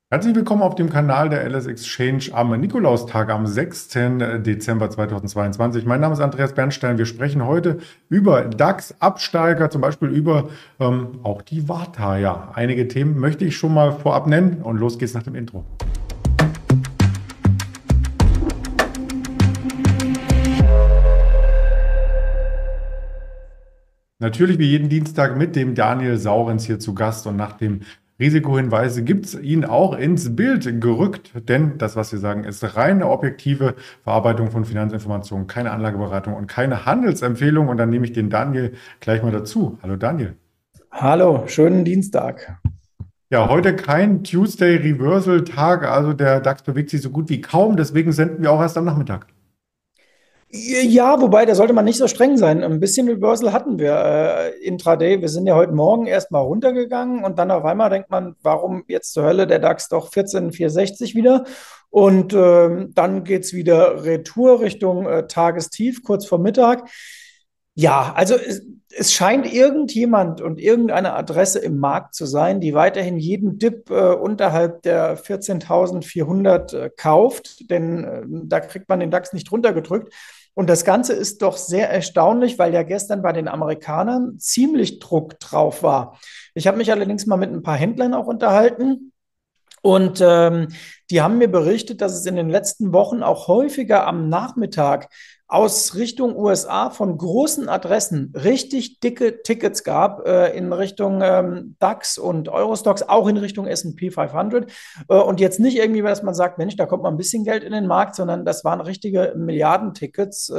Herzlich willkommen auf dem Kanal der LS Exchange am Nikolaustag am 6. Dezember 2022. Mein Name ist Andreas Bernstein. Wir sprechen heute über DAX-Absteiger, zum Beispiel über auch die Warta. Ja, einige Themen möchte ich schon mal vorab nennen und los geht's nach dem Intro. Natürlich wie jeden Dienstag mit dem Daniel Saurens hier zu Gast und nach dem Risikohinweise gibt es ihn auch ins Bild gerückt, denn das, was wir sagen, ist reine objektive Verarbeitung von Finanzinformationen, keine Anlageberatung und keine Handelsempfehlung. Und dann nehme ich den Daniel gleich mal dazu. Hallo Daniel. Hallo, schönen Dienstag. Ja, heute kein Tuesday Reversal Tag, also der DAX bewegt sich so gut wie kaum, deswegen senden wir auch erst am Nachmittag. Ja, wobei, da sollte man nicht so streng sein. Ein bisschen Reversal hatten wir intraday. Wir sind ja heute Morgen erstmal runtergegangen und dann auf einmal denkt man, warum jetzt zur Hölle der DAX doch 14.460 wieder? Und dann geht es wieder Retour Richtung Tagestief, kurz vor Mittag. Ja, also es scheint irgendjemand und irgendeine Adresse im Markt zu sein, die weiterhin jeden Dip unterhalb der 14.400 kauft, denn da kriegt man den DAX nicht runtergedrückt. Und das Ganze ist doch sehr erstaunlich, weil ja gestern bei den Amerikanern ziemlich Druck drauf war. Ich habe mich allerdings mal mit ein paar Händlern auch unterhalten. Und die haben mir berichtet, dass es in den letzten Wochen auch häufiger am Nachmittag aus Richtung USA von großen Adressen richtig dicke Tickets gab, in Richtung DAX und Eurostoxx, auch in Richtung S&P 500. Und jetzt nicht irgendwie, dass man sagt, Mensch, da kommt mal ein bisschen Geld in den Markt, sondern das waren richtige Milliardentickets.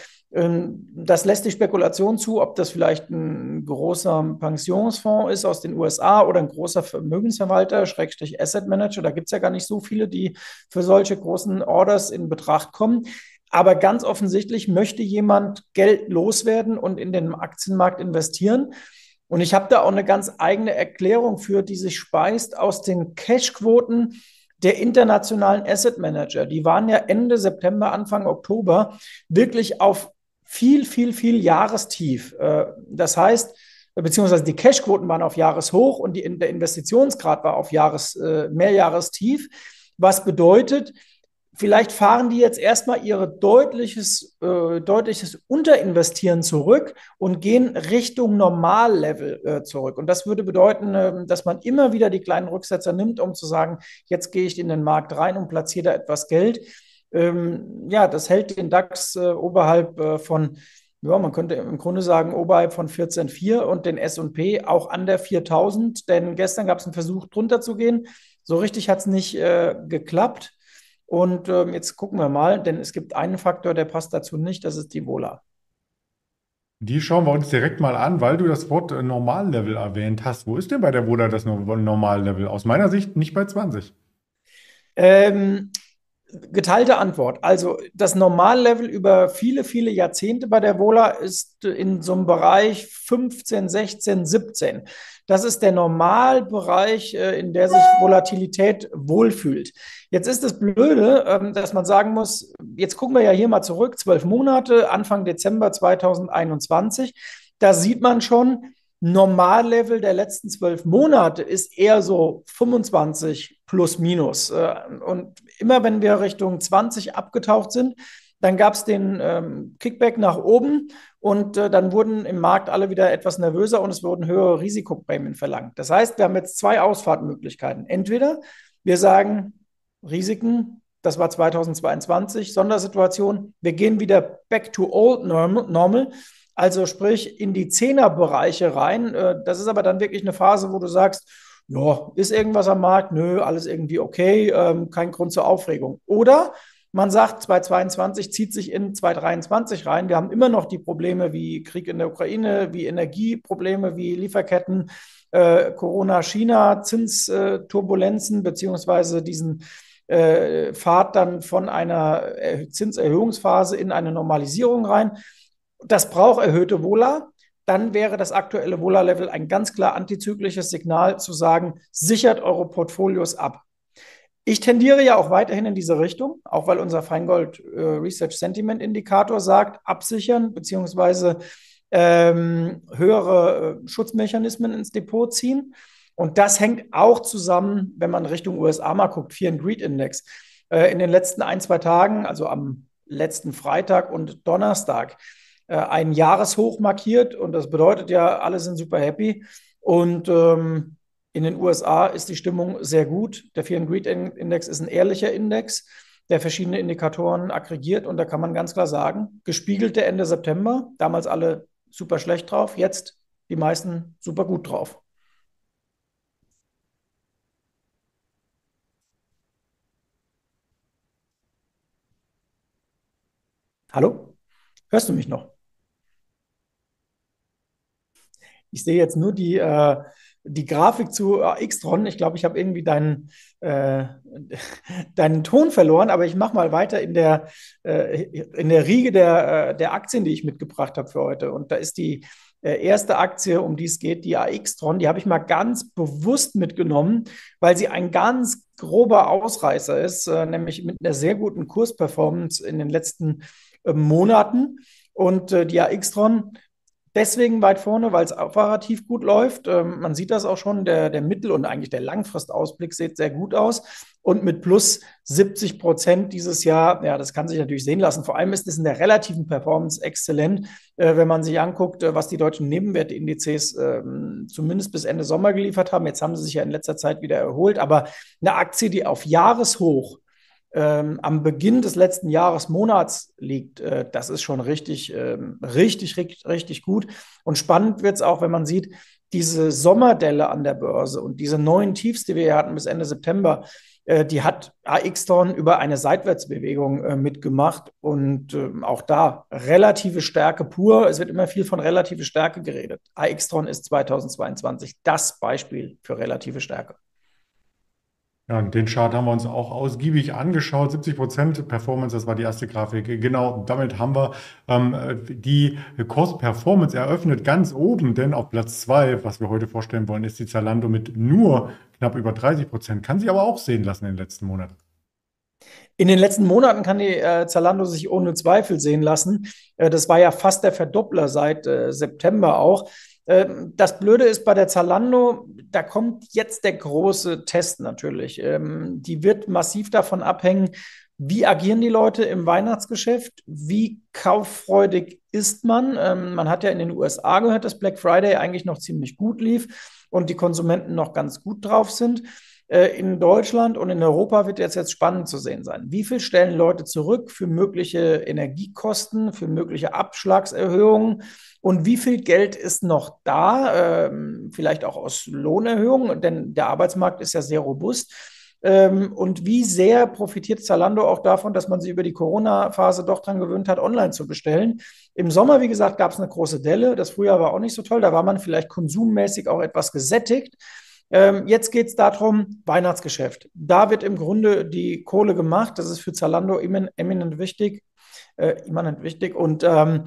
Das lässt die Spekulation zu, ob das vielleicht ein großer Pensionsfonds ist aus den USA oder ein großer Vermögensverwalter, Schrägstrich Asset Manager. Da gibt es ja gar nicht so viele, die für solche großen Orders in Betracht kommen. Aber ganz offensichtlich möchte jemand Geld loswerden und in den Aktienmarkt investieren. Und ich habe da auch eine ganz eigene Erklärung für, die sich speist aus den Cashquoten der internationalen Asset Manager. Die waren ja Ende September, Anfang Oktober wirklich auf viel, viel, viel Jahrestief. Das heißt, beziehungsweise die Cashquoten waren auf Jahreshoch und der Investitionsgrad war auf Mehrjahrestief. Was bedeutet, vielleicht fahren die jetzt erstmal ihr deutliches Unterinvestieren zurück und gehen Richtung Normallevel zurück. Und das würde bedeuten, dass man immer wieder die kleinen Rücksetzer nimmt, um zu sagen, jetzt gehe ich in den Markt rein und platziere da etwas Geld. Ja, das hält den DAX oberhalb von, ja, man könnte im Grunde sagen, oberhalb von 14,4 und den S&P auch an der 4.000, denn gestern gab es einen Versuch, drunter zu gehen. So richtig hat es nicht geklappt. Und jetzt gucken wir mal, denn es gibt einen Faktor, der passt dazu nicht, das ist die Vola. Die schauen wir uns direkt mal an, weil du das Wort Normallevel erwähnt hast. Wo ist denn bei der Voda das Normallevel? Aus meiner Sicht nicht bei 20. Ähm, Geteilte Antwort. Also das Normallevel über viele, viele Jahrzehnte bei der Vola ist in so einem Bereich 15, 16, 17. Das ist der Normalbereich, in der sich Volatilität wohlfühlt. Jetzt ist das Blöde, dass man sagen muss, jetzt gucken wir ja hier mal zurück, 12 Monate, Anfang Dezember 2021. Da sieht man schon, Normallevel der letzten 12 Monate ist eher so 25 plus minus. Und immer wenn wir Richtung 20 abgetaucht sind, dann gab es den Kickback nach oben und dann wurden im Markt alle wieder etwas nervöser und es wurden höhere Risikoprämien verlangt. Das heißt, wir haben jetzt zwei Ausfahrtmöglichkeiten. Entweder wir sagen, Risiken, das war 2022, Sondersituation, wir gehen wieder back to old normal, also sprich in die Zehnerbereiche rein. Das ist aber dann wirklich eine Phase, wo du sagst, ja, ist irgendwas am Markt? Nö, alles irgendwie okay, kein Grund zur Aufregung. Oder man sagt, 2022 zieht sich in 2023 rein. Wir haben immer noch die Probleme wie Krieg in der Ukraine, wie Energieprobleme, wie Lieferketten, Corona, China, Zinsturbulenzen, beziehungsweise diesen Pfad dann von einer Zinserhöhungsphase in eine Normalisierung rein. Das braucht erhöhte Vola. Dann wäre das aktuelle Vola-Level ein ganz klar antizyklisches Signal zu sagen, sichert eure Portfolios ab. Ich tendiere ja auch weiterhin in diese Richtung, auch weil unser Feingold Research Sentiment Indikator sagt, absichern beziehungsweise höhere Schutzmechanismen ins Depot ziehen. Und das hängt auch zusammen, wenn man Richtung USA mal guckt, Fear and Greed Index. In den letzten ein, zwei Tagen, also am letzten Freitag und Donnerstag, ein Jahreshoch markiert. Und das bedeutet ja, alle sind super happy. Und in den USA ist die Stimmung sehr gut. Der Fear and Greed Index ist ein ehrlicher Index, der verschiedene Indikatoren aggregiert. Und da kann man ganz klar sagen, gespiegelte Ende September, damals alle super schlecht drauf, jetzt die meisten super gut drauf. Hallo? Hörst du mich noch? Ich sehe jetzt nur die Grafik zu X-Tron. Ich glaube, ich habe irgendwie deinen Ton verloren, aber ich mache mal weiter in der Riege der Aktien, die ich mitgebracht habe für heute. Und da ist die erste Aktie, um die es geht, die AX-Tron. Die habe ich mal ganz bewusst mitgenommen, weil sie ein ganz grober Ausreißer ist, nämlich mit einer sehr guten Kursperformance in den letzten Monaten. Und die AX-Tron deswegen weit vorne, weil es operativ gut läuft. Man sieht das auch schon, der Mittel- und eigentlich der Langfristausblick sieht sehr gut aus. Und mit plus 70% dieses Jahr, ja, das kann sich natürlich sehen lassen. Vor allem ist es in der relativen Performance exzellent, wenn man sich anguckt, was die deutschen Nebenwertindizes zumindest bis Ende Sommer geliefert haben. Jetzt haben sie sich ja in letzter Zeit wieder erholt, aber eine Aktie, die auf Jahreshoch am Beginn des letzten Jahresmonats liegt, das ist schon richtig gut. Und spannend wird es auch, wenn man sieht, diese Sommerdelle an der Börse und diese neuen Tiefs, die wir hier hatten bis Ende September, die hat AX-Tron über eine Seitwärtsbewegung mitgemacht und auch da relative Stärke pur. Es wird immer viel von relative Stärke geredet. AX-Tron ist 2022 das Beispiel für relative Stärke. Ja, und den Chart haben wir uns auch ausgiebig angeschaut. 70% Performance, das war die erste Grafik. Genau, damit haben wir die Kursperformance eröffnet ganz oben, denn auf Platz 2, was wir heute vorstellen wollen, ist die Zalando mit nur knapp über 30%. Kann sich aber auch sehen lassen in den letzten Monaten. In den letzten Monaten kann die Zalando sich ohne Zweifel sehen lassen. Das war ja fast der Verdoppler seit September auch. Das Blöde ist bei der Zalando, da kommt jetzt der große Test natürlich. Die wird massiv davon abhängen, wie agieren die Leute im Weihnachtsgeschäft, wie kauffreudig ist man. Man hat ja in den USA gehört, dass Black Friday eigentlich noch ziemlich gut lief und die Konsumenten noch ganz gut drauf sind. In Deutschland und in Europa wird jetzt spannend zu sehen sein. Wie viel stellen Leute zurück für mögliche Energiekosten, für mögliche Abschlagserhöhungen? Und wie viel Geld ist noch da? Vielleicht auch aus Lohnerhöhungen, denn der Arbeitsmarkt ist ja sehr robust. Und wie sehr profitiert Zalando auch davon, dass man sich über die Corona-Phase doch daran gewöhnt hat, online zu bestellen? Im Sommer, wie gesagt, gab es eine große Delle. Das Frühjahr war auch nicht so toll. Da war man vielleicht konsummäßig auch etwas gesättigt. Jetzt geht es darum, Weihnachtsgeschäft. Da wird im Grunde die Kohle gemacht. Das ist für Zalando eminent wichtig, immanent wichtig. Und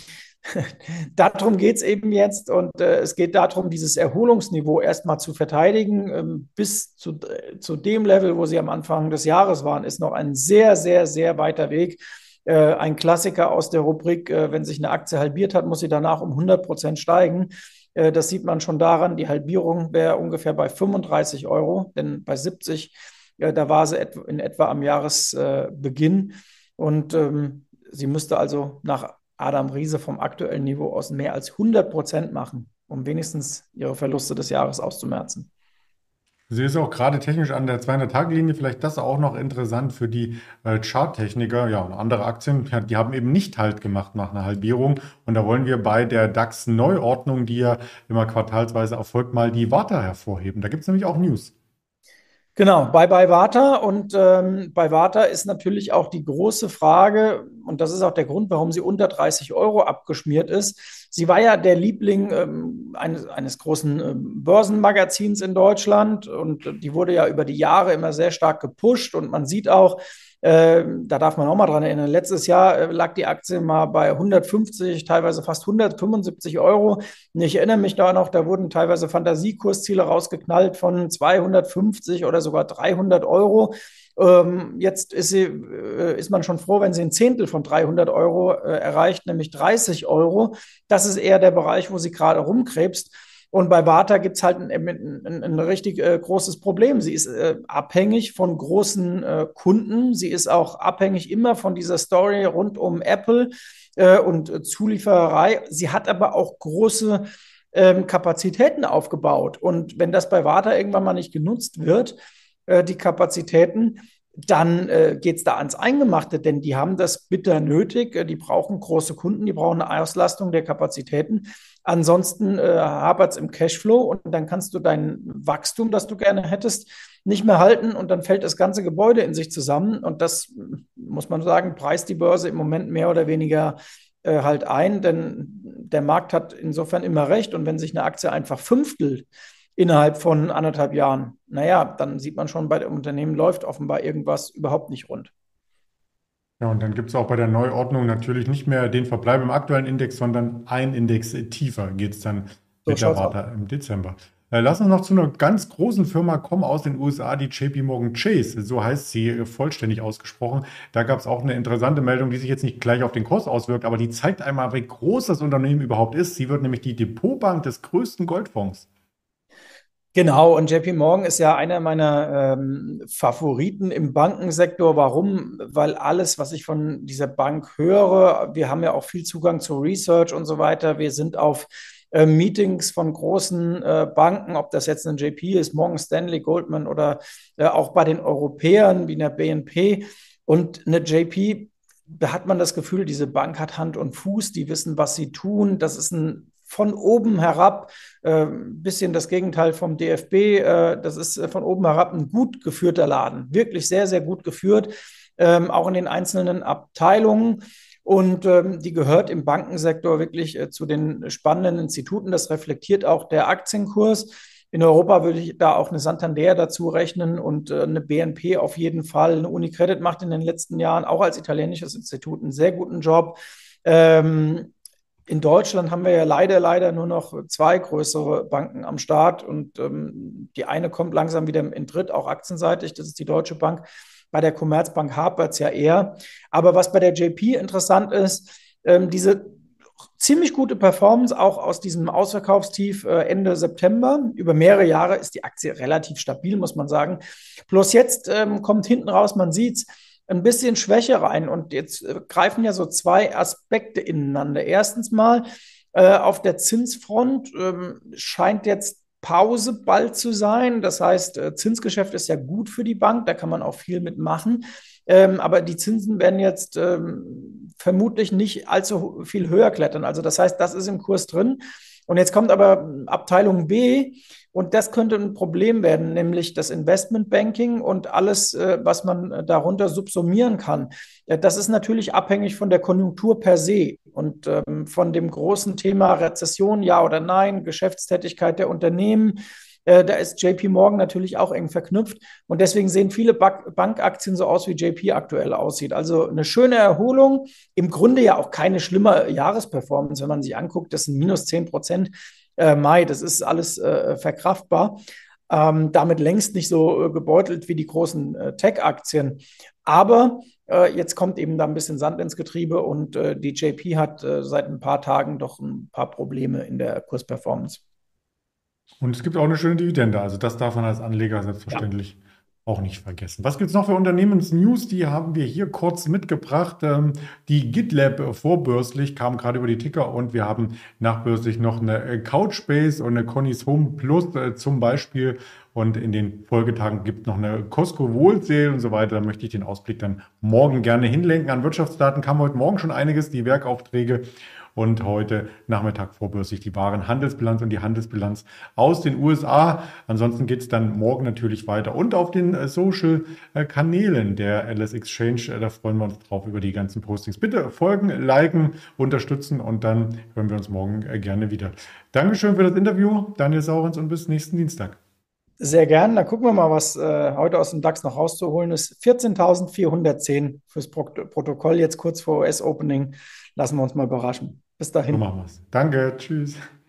darum geht es eben jetzt. Und es geht darum, dieses Erholungsniveau erstmal zu verteidigen. Bis zu dem Level, wo sie am Anfang des Jahres waren, ist noch ein sehr weiter Weg. Ein Klassiker aus der Rubrik, wenn sich eine Aktie halbiert hat, muss sie danach um 100% steigen. Das sieht man schon daran, die Halbierung wäre ungefähr bei 35 Euro, denn bei 70, da war sie in etwa am Jahresbeginn. Und sie müsste also nach Adam Riese vom aktuellen Niveau aus mehr als 100% machen, um wenigstens ihre Verluste des Jahres auszumerzen. Sie ist auch gerade technisch an der 200-Tage-Linie, vielleicht das auch noch interessant für die Charttechniker. Ja, und andere Aktien, ja, die haben eben nicht Halt gemacht nach einer Halbierung. Und da wollen wir bei der DAX-Neuordnung, die ja immer quartalsweise erfolgt, mal die Warta hervorheben. Da gibt es nämlich auch News. Genau, bei Warta. Und bei Warta ist natürlich auch die große Frage, und das ist auch der Grund, warum sie unter 30 Euro abgeschmiert ist. Sie war ja der Liebling eines großen Börsenmagazins in Deutschland und die wurde ja über die Jahre immer sehr stark gepusht. Und man sieht auch, da darf man auch mal dran erinnern, letztes Jahr lag die Aktie mal bei 150, teilweise fast 175 Euro. Und ich erinnere mich da noch, da wurden teilweise Fantasiekursziele rausgeknallt von 250 oder sogar 300 Euro. Jetzt ist man schon froh, wenn sie ein Zehntel von 300 Euro erreicht, nämlich 30 Euro. Das ist eher der Bereich, wo sie gerade rumkrebst. Und bei Warta gibt es halt ein richtig großes Problem. Sie ist abhängig von großen Kunden. Sie ist auch abhängig immer von dieser Story rund um Apple und Zuliefererei. Sie hat aber auch große Kapazitäten aufgebaut. Und wenn das bei Warta irgendwann mal nicht genutzt wird, die Kapazitäten, dann geht es da ans Eingemachte, denn die haben das bitter nötig. Die brauchen große Kunden, die brauchen eine Auslastung der Kapazitäten. Ansonsten hapert es im Cashflow und dann kannst du dein Wachstum, das du gerne hättest, nicht mehr halten und dann fällt das ganze Gebäude in sich zusammen. Und das muss man sagen, preist die Börse im Moment mehr oder weniger halt ein, denn der Markt hat insofern immer recht. Und wenn sich eine Aktie einfach fünftelt innerhalb von 1,5 Jahren, naja, dann sieht man schon, bei dem Unternehmen läuft offenbar irgendwas überhaupt nicht rund. Ja, und dann gibt es auch bei der Neuordnung natürlich nicht mehr den Verbleib im aktuellen Index, sondern ein Index tiefer geht es dann So mit der schaut's aus. Warta im Dezember. Lass uns noch zu einer ganz großen Firma kommen aus den USA, die JP Morgan Chase. So heißt sie vollständig ausgesprochen. Da gab es auch eine interessante Meldung, die sich jetzt nicht gleich auf den Kurs auswirkt, aber die zeigt einmal, wie groß das Unternehmen überhaupt ist. Sie wird nämlich die Depotbank des größten Goldfonds. Genau, und JP Morgan ist ja einer meiner Favoriten im Bankensektor. Warum? Weil alles, was ich von dieser Bank höre, wir haben ja auch viel Zugang zu Research und so weiter. Wir sind auf Meetings von großen Banken, ob das jetzt ein JP ist, Morgan Stanley, Goldman oder auch bei den Europäern wie einer BNP. Und eine JP, da hat man das Gefühl, diese Bank hat Hand und Fuß, die wissen, was sie tun. Das ist ein von oben herab, bisschen das Gegenteil vom DFB. Das ist von oben herab ein gut geführter Laden, wirklich sehr, sehr gut geführt, auch in den einzelnen Abteilungen. Und die gehört im Bankensektor wirklich zu den spannenden Instituten. Das reflektiert auch der Aktienkurs. In Europa würde ich da auch eine Santander dazu rechnen und eine BNP auf jeden Fall. Eine UniCredit macht in den letzten Jahren auch als italienisches Institut einen sehr guten Job. In Deutschland haben wir ja leider nur noch zwei größere Banken am Start und die eine kommt langsam wieder in Tritt, auch aktienseitig, das ist die Deutsche Bank. Bei der Commerzbank hapert es ja eher. Aber was bei der JP interessant ist, diese ziemlich gute Performance auch aus diesem Ausverkaufstief Ende September. Über mehrere Jahre ist die Aktie relativ stabil, muss man sagen. Plus jetzt kommt hinten raus, man sieht es, ein bisschen Schwäche rein. Und jetzt greifen ja so zwei Aspekte ineinander. Erstens mal, auf der Zinsfront scheint jetzt Pause bald zu sein. Das heißt, Zinsgeschäft ist ja gut für die Bank, da kann man auch viel mitmachen. Aber die Zinsen werden jetzt vermutlich nicht allzu viel höher klettern. Also das heißt, das ist im Kurs drin. Und jetzt kommt aber Abteilung B und das könnte ein Problem werden, nämlich das Investmentbanking und alles, was man darunter subsumieren kann. Das ist natürlich abhängig von der Konjunktur per se und von dem großen Thema Rezession, ja oder nein, Geschäftstätigkeit der Unternehmen. Da ist JP Morgan natürlich auch eng verknüpft. Und deswegen sehen viele Bankaktien so aus, wie JP aktuell aussieht. Also eine schöne Erholung. Im Grunde ja auch keine schlimme Jahresperformance, wenn man sich anguckt. Das sind minus 10% Mai. Das ist alles verkraftbar. Damit längst nicht so gebeutelt wie die großen Tech-Aktien. Aber jetzt kommt eben da ein bisschen Sand ins Getriebe und die JP hat seit ein paar Tagen doch ein paar Probleme in der Kursperformance. Und es gibt auch eine schöne Dividende. Also das darf man als Anleger Ja. selbstverständlich auch nicht vergessen. Was gibt es noch für Unternehmensnews? Die haben wir hier kurz mitgebracht. Die GitLab vorbörslich kam gerade über die Ticker und wir haben nachbörslich noch eine Couchbase und eine Conny's Home Plus zum Beispiel. Und in den Folgetagen gibt es noch eine Costco Wholesale und so weiter. Da möchte ich den Ausblick dann morgen gerne hinlenken. An Wirtschaftsdaten kam heute Morgen schon einiges, die Werkaufträge. Und heute Nachmittag vorbörslich die Warenhandelsbilanz und die Handelsbilanz aus den USA. Ansonsten geht es dann morgen natürlich weiter. Und auf den Social-Kanälen der LS Exchange, da freuen wir uns drauf über die ganzen Postings. Bitte folgen, liken, unterstützen und dann hören wir uns morgen gerne wieder. Dankeschön für das Interview, Daniel Saurens, und bis nächsten Dienstag. Sehr gern. Dann gucken wir mal, was heute aus dem DAX noch rauszuholen ist. 14.410 fürs Protokoll jetzt kurz vor US-Opening. Lassen wir uns mal überraschen. Bis So dahin. machen wir es. Danke, tschüss.